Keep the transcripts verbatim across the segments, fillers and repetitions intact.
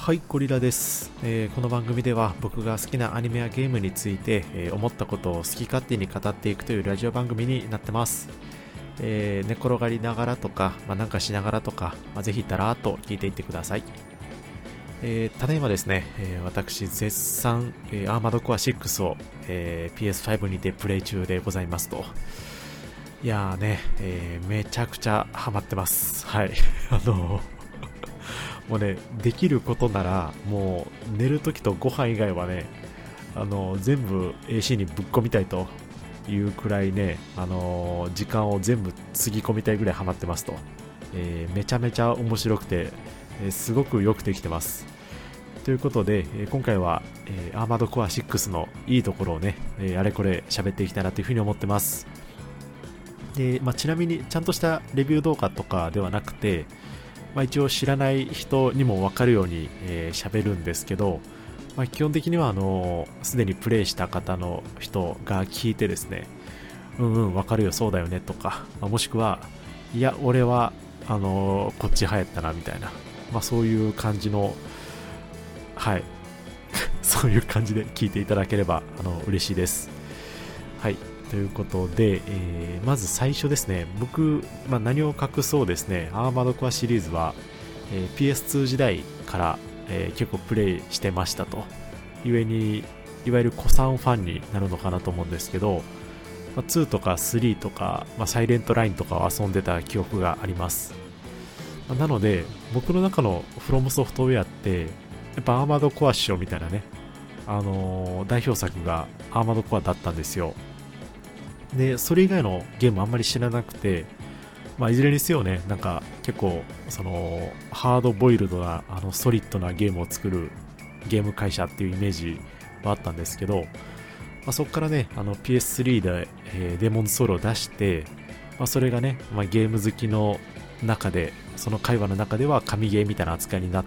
はい、ゴリラです、えーこの番組では僕が好きなアニメやゲームについて、えー思ったことを好き勝手に語っていくというラジオ番組になってます。えー寝転がりながらとか、まあ、なんかしながらとか、まあ、ぜひだらーっと聞いていってください。えーただいまですね、えー私絶賛、えーアーマードコアシックスを、えー ピーエスファイブ にてプレイ中でございますと。いやーね、えーめちゃくちゃハマってます。はい。あのーもうね、できることなら、もう寝るときとご飯以外はね、あの全部 エーシー にぶっ込みたいというくらいね、あの時間を全部つぎ込みたいぐらいハマってますと。えーめちゃめちゃ面白くて、えーすごくよくできてます。ということで、えー今回は、えー、アーマードコアシックスのいいところをね、えーあれこれ喋っていきたいなというふうに思ってます。で、まあ、ちなみにちゃんとしたレビュー動画とかではなくて、まあ、一応知らない人にも分かるように喋、えー、るんですけど、まあ、基本的にはあのすでにプレイした方の人が聞いてですね、うんうん分かるよそうだよねとか、まあ、もしくはいや俺はあのこっち流行ったなみたいな、まあ、そういう感じのはいそういう感じで聞いていただければあの嬉しいです。はい、ということで、えーまず最初ですね、僕、まあ、何を隠そうですね、アーマードコアシリーズは、えー ピーエスツー 時代から、えー結構プレイしてましたと。ゆえに、いわゆる古参ファンになるのかなと思うんですけど、まあ、ツーとかスリーとか、まあ、サイレントラインとかを遊んでた記憶があります。まあなので、僕の中のフロムソフトウェアって、やっぱアーマードコアっしょみたいなね、あのー代表作がアーマードコアだったんですよ。で、それ以外のゲームあんまり知らなくて、まあ、いずれにせよね、なんか結構、その、ハードボイルドな、あの、ソリッドなゲームを作るゲーム会社っていうイメージはあったんですけど、まあ、そこからね、あの ピーエススリー で、えーデモンズソウルを出して、まあ、それがね、まあ、ゲーム好きの中で、その会話の中では神ゲーみたいな扱いになって、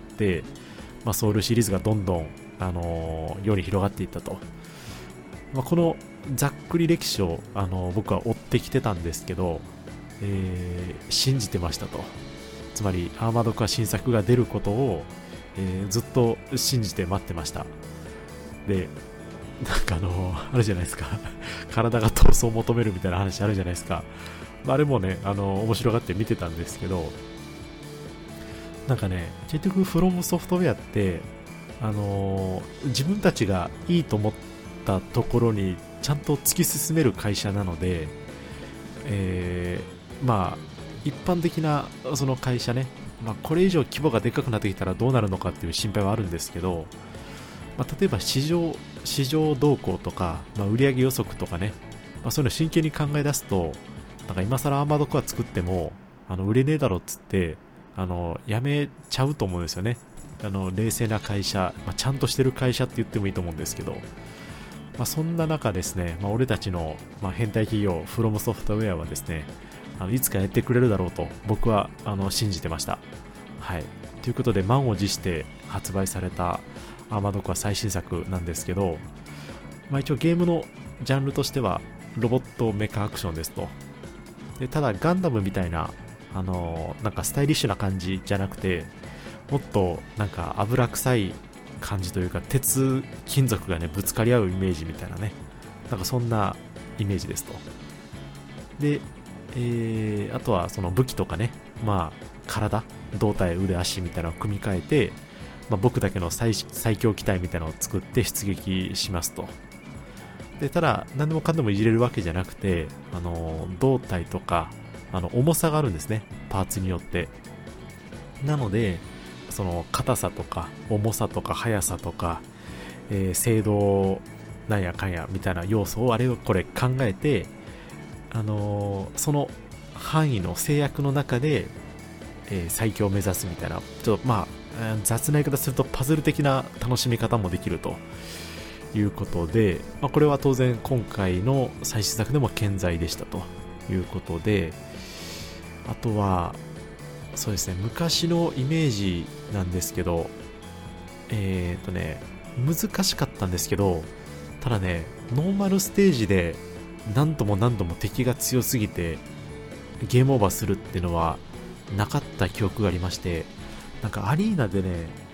まあ、ソウルシリーズがどんどん、あのー世に広がっていったと。まあ、このざっくり歴史をあの僕は追ってきてたんですけど、えー信じてましたと。つまりアーマードコア新作が出ることを、えーずっと信じて待ってました。で、なんかあのあるじゃないですか体が闘争を求めるみたいな話あるじゃないですか。まああれもね、あの面白がって見てたんですけど、なんかね、結局フロムソフトウェアってあの自分たちがいいと思ったところにちゃんと突き進める会社なので、えーまあ一般的なその会社ね、まあ、これ以上規模がでかくなってきたらどうなるのかっていう心配はあるんですけど、まあ、例えば市場市場動向とか、まあ、売上予測とかね、まあ、そういうの真剣に考え出すと、なんか今更アーマードコア作ってもあの売れねえだろっつってあのやめちゃうと思うんですよね。あの冷静な会社、まあ、ちゃんとしてる会社って言ってもいいと思うんですけど、まあ、そんな中ですね、まあ、俺たちの、まあ、変態企業フロムソフトウェアはですね、あのいつかやってくれるだろうと僕はあの信じてました。はい。ということで満を持して発売されたアーマードコア最新作なんですけど、まあ、一応ゲームのジャンルとしてはロボットメカアクションですと。でただガンダムみたいなあのなんかスタイリッシュな感じじゃなくて、もっとなんか油臭い感じというか、鉄金属がねぶつかり合うイメージみたいなね、なんかそんなイメージですと。で、えー、あとはその武器とかね、まあ体、胴体、腕、足みたいなのを組み替えて、まあ、僕だけの 最, 最強機体みたいなのを作って出撃しますと。でただ何でもかんでもいじれるわけじゃなくて、あの胴体とかあの重さがあるんですね、パーツによって。なのでその硬さとか重さとか速さとか、えー精度なんやかんやみたいな要素をあれをこれ考えて、あのーその範囲の制約の中で、えー最強を目指すみたいな、ちょっとまあえー雑な言い方するとパズル的な楽しみ方もできるということで、まあ、これは当然今回の最新作でも健在でしたということで、あとはそうですね、昔のイメージなんですけど、えーとね、難しかったんですけど、ただね、ノーマルステージで何度も何度も敵が強すぎてゲームオーバーするっていうのはなかった記憶がありまして、なんかアリーナでね、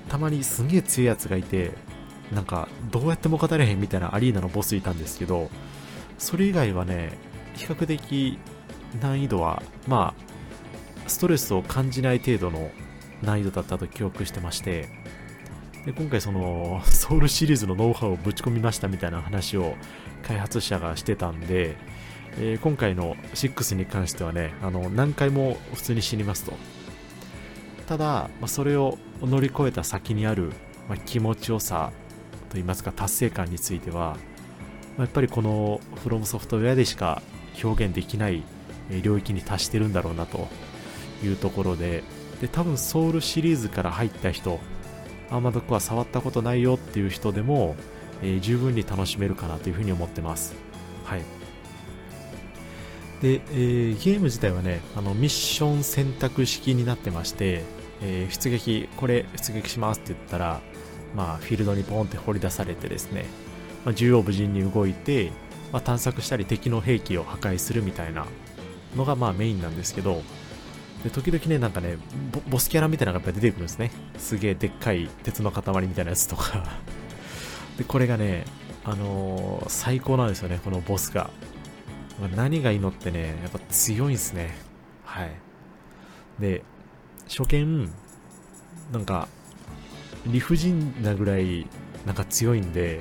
たまにすげえ強いやつがいて、なんかどうやっても勝たれへんみたいなアリーナのボスいたんですけど、それ以外はね比較的難易度はまあストレスを感じない程度の難易度だったと記憶してまして、で今回そのソウルシリーズのノウハウをぶち込みましたみたいな話を開発者がしてたんで、えー、今回のろくに関してはね、あの何回も普通に死にますと。ただ、まあ、それを乗り越えた先にある、まあ、気持ちよさといいますか達成感については、まあ、やっぱりこのフロムソフトウェアでしか表現できない領域に達してるんだろうなというところで、で多分ソウルシリーズから入った人、アーマードコア触ったことないよっていう人でも、えー、十分に楽しめるかなというふうに思ってます。はい。で、えー、ゲーム自体はね、あのミッション選択式になってまして、えー、出撃、これ出撃しますって言ったら、まあ、フィールドにポンって掘り出されてですね、まあ、縦横無尽に動いて、まあ、探索したり敵の兵器を破壊するみたいなのがまあメインなんですけど、で時々ねなんかね ボ, ボスキャラみたいなのがやっぱ出てくるんですね。すげえでっかい鉄の塊みたいなやつとかでこれがね、あのー、最高なんですよね、このボスが。何がいいのってね、やっぱ強いんですね。はい。で初見なんか理不尽なぐらいなんか強いんで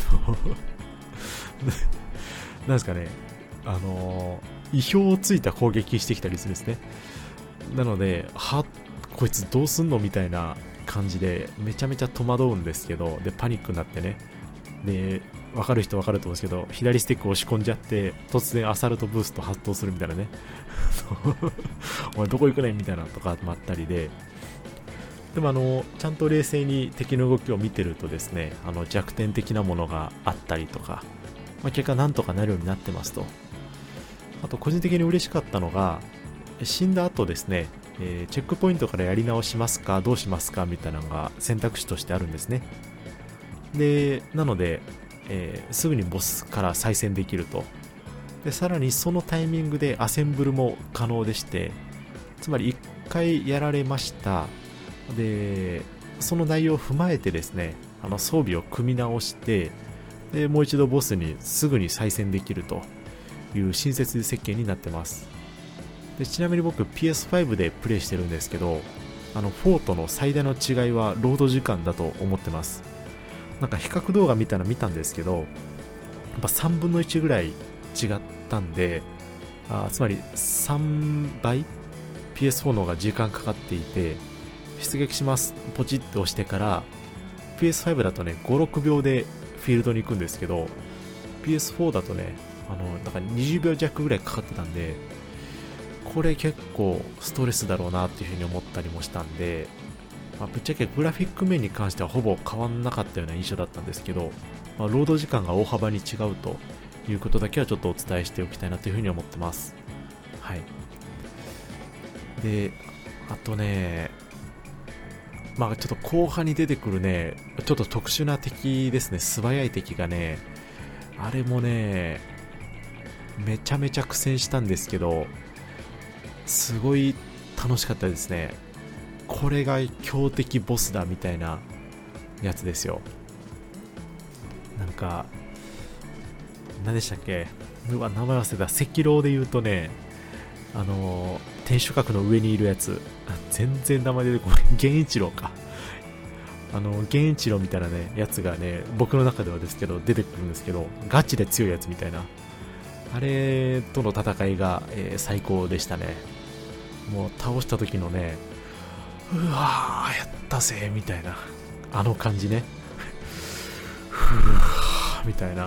なんですかね、あのー、意表をついた攻撃してきたりするんですね。なので、はこいつどうすんのみたいな感じでめちゃめちゃ戸惑うんですけど、でパニックになってね、で分かる人分かると思うんですけど、左スティック押し込んじゃって突然アサルトブースト発動するみたいなねお前どこ行くねんみたいなとかもあったりで、でもあのちゃんと冷静に敵の動きを見てるとですね、あの弱点的なものがあったりとか、まあ、結果なんとかなるようになってますと。あと個人的に嬉しかったのが、死んだ後ですね、えー、チェックポイントからやり直しますかどうしますかみたいなのが選択肢としてあるんですね。でなので、えー、すぐにボスから再戦できると。でさらにそのタイミングでアセンブルも可能でして、つまりいっかいやられました。でその内容を踏まえてですね、あの装備を組み直して、でもう一度ボスにすぐに再戦できるという親切設計になってます。でちなみに僕 ピーエスファイブ でプレイしてるんですけど、あのフォーとの最大の違いはロード時間だと思ってます。なんか比較動画見たら見たんですけど、やっぱさんぶんのいちぐらい違ったんで、あつまりさんばい ピーエスフォー の方が時間かかっていて、出撃しますポチッと押してから ピーエスファイブ だとねご、ろくびょうでフィールドに行くんですけど、 ピーエスフォー だとね、あのなんかにじゅうびょう弱ぐらいかかってたんで、これ結構ストレスだろうなっていうふうに思ったりもしたんで、まあ、ぶっちゃけグラフィック面に関してはほぼ変わんなかったような印象だったんですけど、まあ、労働時間が大幅に違うということだけはちょっとお伝えしておきたいなというふうに思ってます。はい。であとね、まあちょっと後半に出てくるね、ちょっと特殊な敵ですね、素早い敵がね、あれもねめちゃめちゃ苦戦したんですけど、すごい楽しかったですね。これが強敵ボスだみたいなやつですよ。なんか何でしたっけ、うわ名前忘れた。赤狼で言うとね、あのー、天守閣の上にいるやつ、全然名前出てこない。源一郎か。あの源一郎みたいなねやつがね、僕の中ではですけど出てくるんですけど、ガチで強いやつみたいな、あれとの戦いが、えー、最高でしたね。もう倒した時のね、うわーやったぜみたいなあの感じねふーみたいな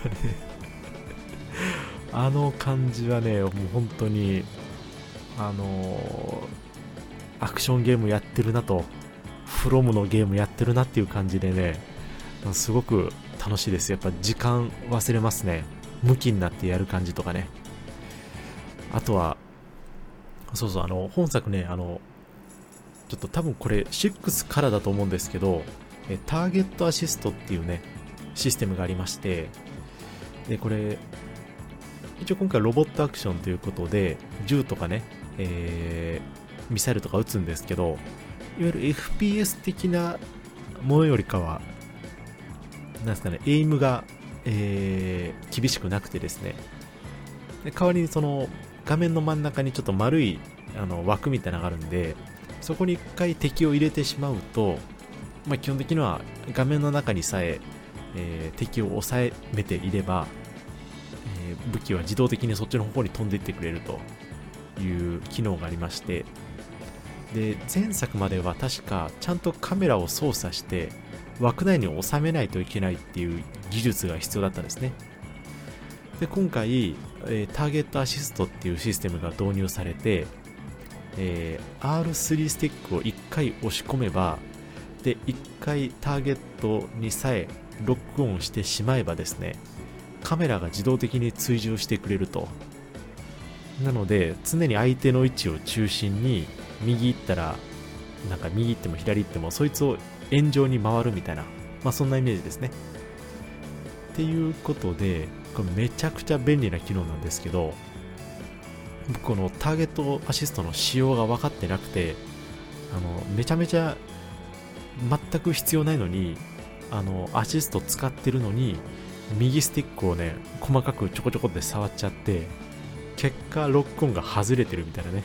あの感じはね、もう本当にあのー、アクションゲームやってるなと、フロムのゲームやってるなっていう感じでね、すごく楽しいです。やっぱ時間忘れますね、ムキになってやる感じとかね。あとはそうそう、あの本作ね、あのちょっと多分これろくからだと思うんですけど、えターゲットアシストっていうねシステムがありまして、でこれ一応今回ロボットアクションということで銃とかね、えー、ミサイルとか撃つんですけど、いわゆる エフピーエス 的なものよりかはなんですかね、エイムが、えー、厳しくなくてですね、で代わりにその画面の真ん中にちょっと丸いあの枠みたいなのがあるんで、そこに一回敵を入れてしまうと、まあ、基本的には画面の中にさええー、敵を抑えめていれば、えー、武器は自動的にそっちの方向に飛んでいってくれるという機能がありまして、で前作までは確かちゃんとカメラを操作して枠内に収めないといけないっていう技術が必要だったんですね。で今回、えー、ターゲットアシストっていうシステムが導入されて、えー、アールスリー スティックをいっかい押し込めば、でいっかいターゲットにさえロックオンしてしまえばですね、カメラが自動的に追従してくれると。なので常に相手の位置を中心に右行ったらなんか右行っても左行ってもそいつを円状に回るみたいな、まあそんなイメージですね。っていうことでこれめちゃくちゃ便利な機能なんですけど、僕このターゲットアシストの仕様が分かってなくて、あのめちゃめちゃ全く必要ないのにあのアシスト使ってるのに右スティックをね細かくちょこちょこって触っちゃって、結果ロックオンが外れてるみたいなね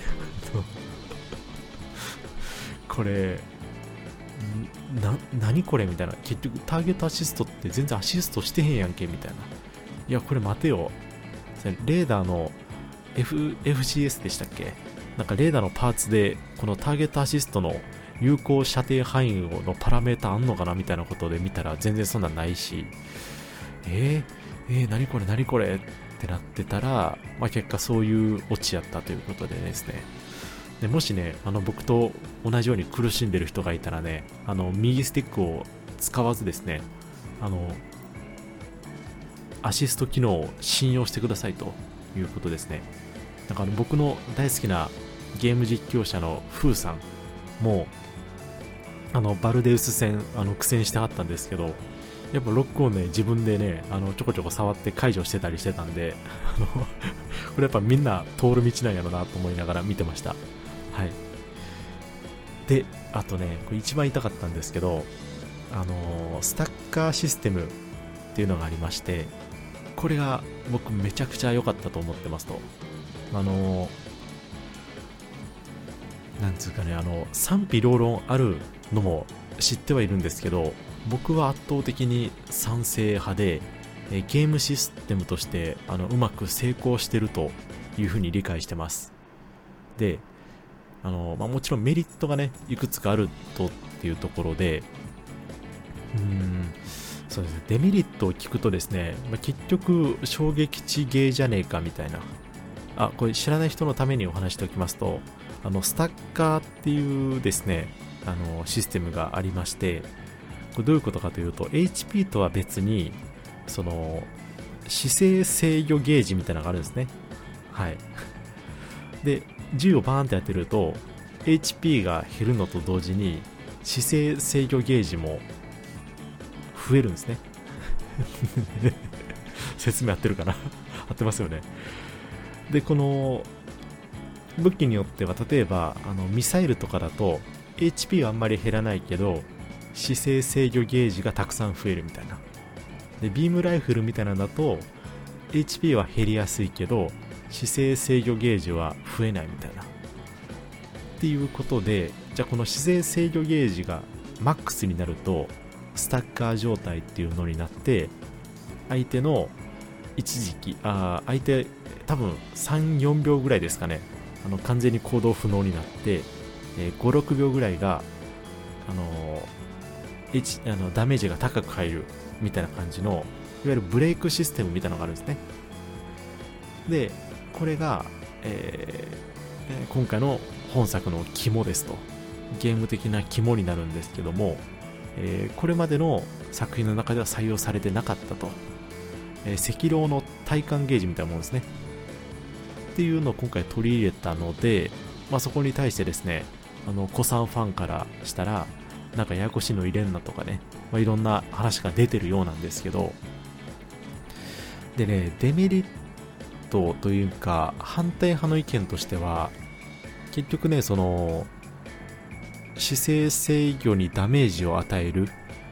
これな何これみたいな、結局ターゲットアシストって全然アシストしてへんやんけみたいな。いやこれ待てよ、レーダーの F、エフシーエス でしたっけ、なんかレーダーのパーツでこのターゲットアシストの有効射程範囲のパラメータあんのかなみたいなことで見たら全然そんなんないし、えー、えー、何これ何これってなってたら、まあ、結果そういうオチやったということでですね。でもしねあの僕と同じように苦しんでる人がいたらね、あの右スティックを使わずですね、あのアシスト機能を信用してくださいということですね。だから僕の大好きなゲーム実況者のフーさんもあのバルデウス戦あの苦戦してはったんですけど、やっぱロックオンね自分でねあのちょこちょこ触って解除してたりしてたんで、あのこれやっぱみんな通る道なんやろなと思いながら見てました。はい。であとねこれ一番痛かったんですけど、あのスタッカーシステムっていうのがありまして、これが僕めちゃくちゃ良かったと思ってますと。あのなんつうかね、あの賛否両論あるのも知ってはいるんですけど、僕は圧倒的に賛成派で、えゲームシステムとしてあのうまく成功してるというふうに理解してます。で、あの、まあ、もちろんメリットがねいくつかあるとっていうところで、うーんそうですね、デメリットを聞くとですね、まあ、結局衝撃値ゲーじゃねえかみたいな。あ、これ知らない人のためにお話しておきますと、あのスタッカーっていうですねあのシステムがありまして、これどういうことかというと エイチピー とは別にその姿勢制御ゲージみたいなのがあるんですね。はい。で銃をバーンってやってると エイチピー が減るのと同時に姿勢制御ゲージも増えるんですね説明合ってるかな合ってますよね。でこの武器によっては例えばあのミサイルとかだと エイチピー はあんまり減らないけど姿勢制御ゲージがたくさん増えるみたいな。でビームライフルみたいなのだと エイチピー は減りやすいけど姿勢制御ゲージは増えないみたいなっていうことで、じゃあこの姿勢制御ゲージがマックスになるとスタッカー状態っていうのになって、相手の一時期あ相手多分さん、よんびょうぐらいですかね、あの完全に行動不能になって、えー、ご、ろくびょうぐらいが、あのー H、あのダメージが高く入るみたいな感じのいわゆるブレイクシステムみたいなのがあるんですね。でこれが、えー、今回の本作の肝ですと、ゲーム的な肝になるんですけども、えー、これまでの作品の中では採用されてなかったと、えー、赤狼の体感ゲージみたいなものですねっていうのを今回取り入れたので、まあ、そこに対してですね、あの古参ファンからしたらなんかややこしいの入れんなとかね、まあ、いろんな話が出てるようなんですけど、でね、デメリットというか反対派の意見としては、結局ねその姿勢制御にダメージを与える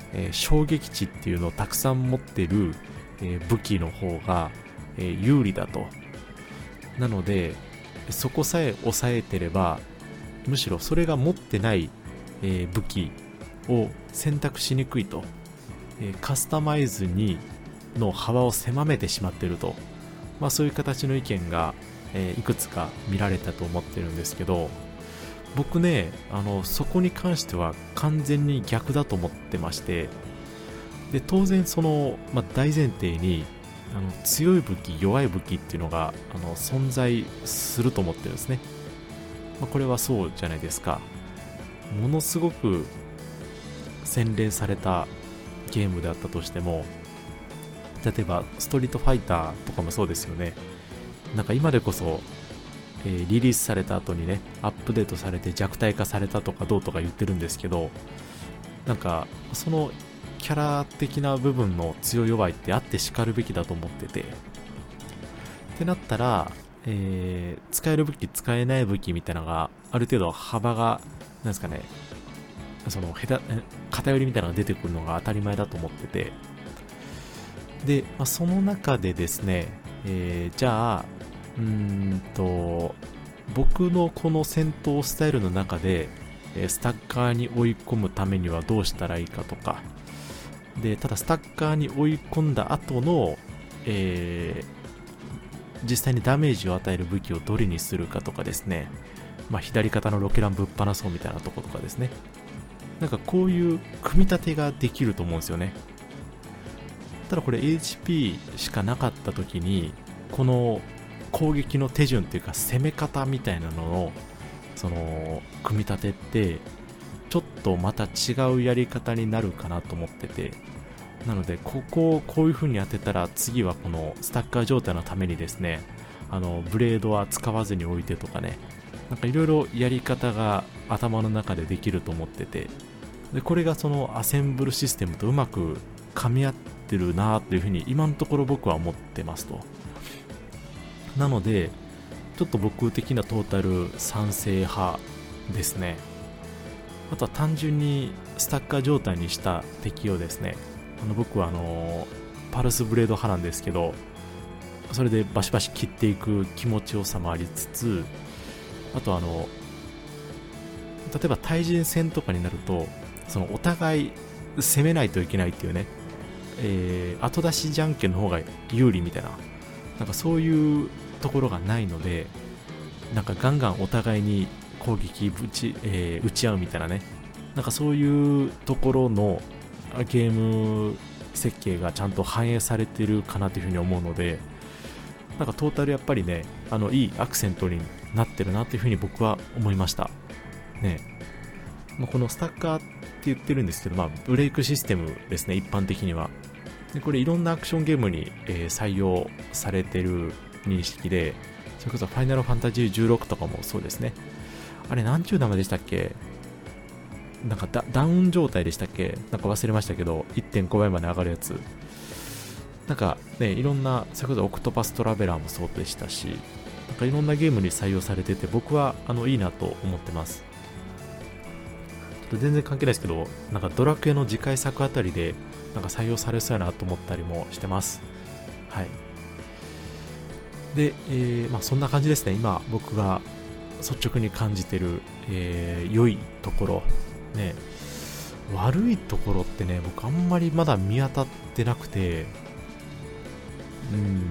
えー、衝撃値っていうのをたくさん持ってる、えー、武器の方が、えー、有利だと。なのでそこさえ抑えてれば、むしろそれが持ってない、えー、武器を選択しにくいと、えー、カスタマイズにの幅を狭めてしまっていると、まあ、そういう形の意見が、えー、いくつか見られたと思ってるんですけど、僕ね、あのそこに関しては完全に逆だと思ってまして、で当然その、まあ、大前提にあの強い武器弱い武器っていうのがあの存在すると思ってるんですね。まあ、これはそうじゃないですか。ものすごく洗練されたゲームであったとしても、例えばストリートファイターとかもそうですよね。なんか今でこそ、えー、リリースされた後にねアップデートされて弱体化されたとかどうとか言ってるんですけど、なんかそのキャラ的な部分の強い弱いってあってしかるべきだと思ってて、ってなったら、えー、使える武器使えない武器みたいなのがある程度幅がなんですかね、その下手偏りみたいなのが出てくるのが当たり前だと思ってて、で、まあ、その中でですね、えー、じゃあうーんと僕のこの戦闘スタイルの中でスタッカーに追い込むためにはどうしたらいいかとかで、ただスタッカーに追い込んだ後の、えー、実際にダメージを与える武器をどれにするかとかですね、まあ、左肩のロケランぶっ放そうみたいなとことかですね、なんかこういう組み立てができると思うんですよね。ただこれ エイチピー しかなかった時にこの攻撃の手順っていうか攻め方みたいなののその組み立てってちょっとまた違うやり方になるかなと思ってて、なのでここをこういう風に当てたら次はこのスタッカー状態のためにですね、あのブレードは使わずに置いてとかね、なんかいろいろやり方が頭の中でできると思ってて、でこれがそのアセンブルシステムとうまく噛み合ってるなという風に今のところ僕は思ってますと。なのでちょっと僕的なトータル賛成派ですね。あとは単純にスタッカー状態にした敵をですね、あの僕はあのパルスブレード派なんですけど、それでバシバシ切っていく気持ちよさもありつつ、あとあの例えば対人戦とかになるとそのお互い攻めないといけないっていうね、えー、後出しじゃんけんの方が有利みたいな、なんかそういうところがないので、なんかガンガンお互いに攻撃ぶち、えー、打ち合うみたいなね、なんかそういうところのゲーム設計がちゃんと反映されてるかなというふうに思うので、なんかトータルやっぱりね、あのいいアクセントになってるなというふうに僕は思いましたね。まあ、このスタッカーって言ってるんですけど、まあ、ブレイクシステムですね、一般的には。でこれいろんなアクションゲームに、えー、採用されてる認識で、それこそファイナルファンタジーじゅうろくとかもそうですね。あれ何ちゅう名前でしたっけ、なんか ダ, ダウン状態でしたっけ、なんか忘れましたけど いってんご 倍まで上がるやつ、なんかね、いろんな、それこそオクトパストラベラーもそうでしたし、なんかいろんなゲームに採用されてて、僕はあのいいなと思ってます。ちょっと全然関係ないですけど、なんかドラクエの次回作あたりでなんか採用されそうやなと思ったりもしてます。はい。で、えーまあ、そんな感じですね。今僕が率直に感じてる、えー、良いところね、悪いところってね、僕あんまりまだ見当たってなくて、うん、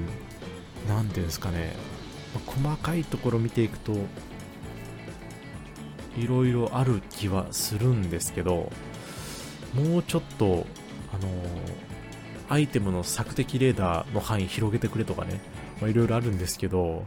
なんていうんですかね、まあ、細かいところ見ていくといろいろある気はするんですけど、もうちょっとあのー、アイテムの索敵レーダーの範囲広げてくれとかね、いろいろあるんですけど、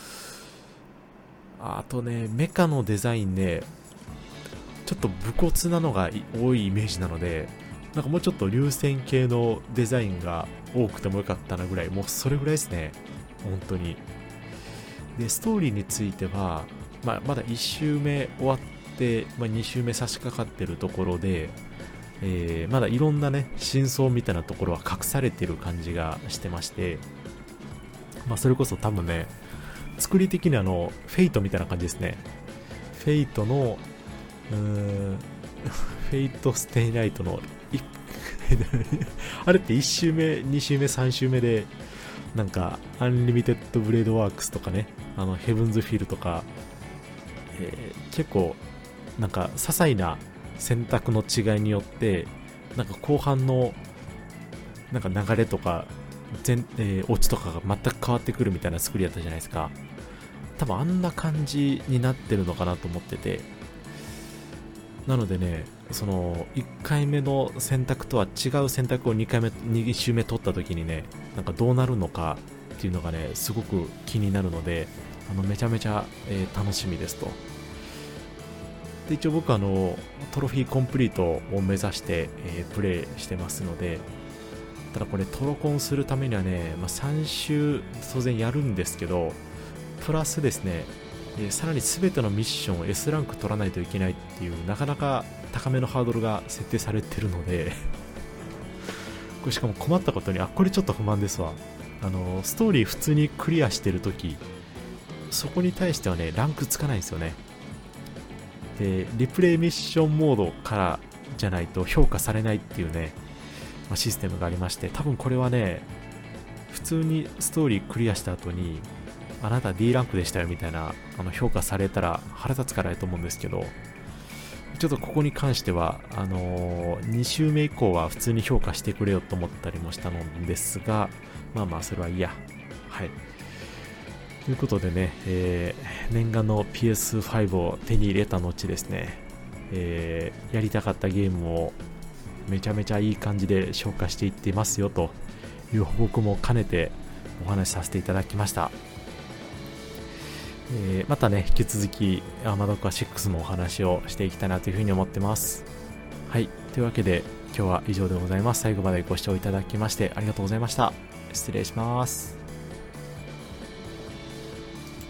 あとね、メカのデザインね、ちょっと武骨なのが多いイメージなので、なんかもうちょっと流線形のデザインが多くてもよかったなぐらい、もうそれぐらいですね、本当に。でストーリーについては、まあ、まだいち周目終わって、まあ、に周目差し掛かってるところで、えー、まだいろんなね真相みたいなところは隠されてる感じがしてまして、まあ、それこそ多分ね、作り的にあのフェイトみたいな感じですね。フェイトのうーんフェイトステイナイトのあれっていち周目に周目さん周目でなんかアンリミテッドブレードワークスとかね、あのヘブンズフィルとか、えー、結構なんか些細な選択の違いによってなんか後半のなんか流れとか全、えー、オチとかが全く変わってくるみたいな作りやったじゃないですか。多分あんな感じになってるのかなと思ってて、なのでね、そのいっかいめの選択とは違う選択をにかいめに周目取った時にね、なんかどうなるのかっていうのがねすごく気になるので、あのめちゃめちゃ、えー、楽しみですと。で一応僕はあのトロフィーコンプリートを目指して、えー、プレイしてますので、ただこれトロコンするためにはね、まあ、さん周当然やるんですけど、プラスですね、えー、さらに全てのミッションを エス ランク取らないといけないっていうなかなか高めのハードルが設定されてるのでこれしかも困ったことに、あ、これちょっと不満ですわ。あのストーリー普通にクリアしてるとき、そこに対してはねランクつかないんですよね。でリプレイミッションモードからじゃないと評価されないっていうね、まあ、システムがありまして、多分これはね普通にストーリークリアした後にあなた ディー ランクでしたよみたいなあの評価されたら腹立つからやと思うんですけど、ちょっとここに関してはあのー、に周目以降は普通に評価してくれよと思ったりもしたのですが、まあまあそれはいいや。はい、ということでね、えー、念願の ピーエスファイブ を手に入れた後ですね、えー、やりたかったゲームをめちゃめちゃいい感じで消化していってますよという報告も兼ねてお話しさせていただきました。えー、またね引き続きアーマードコアシックスのお話をしていきたいなというふうに思ってます。はい、というわけで今日は以上でございます。最後までご視聴いただきましてありがとうございました。失礼します。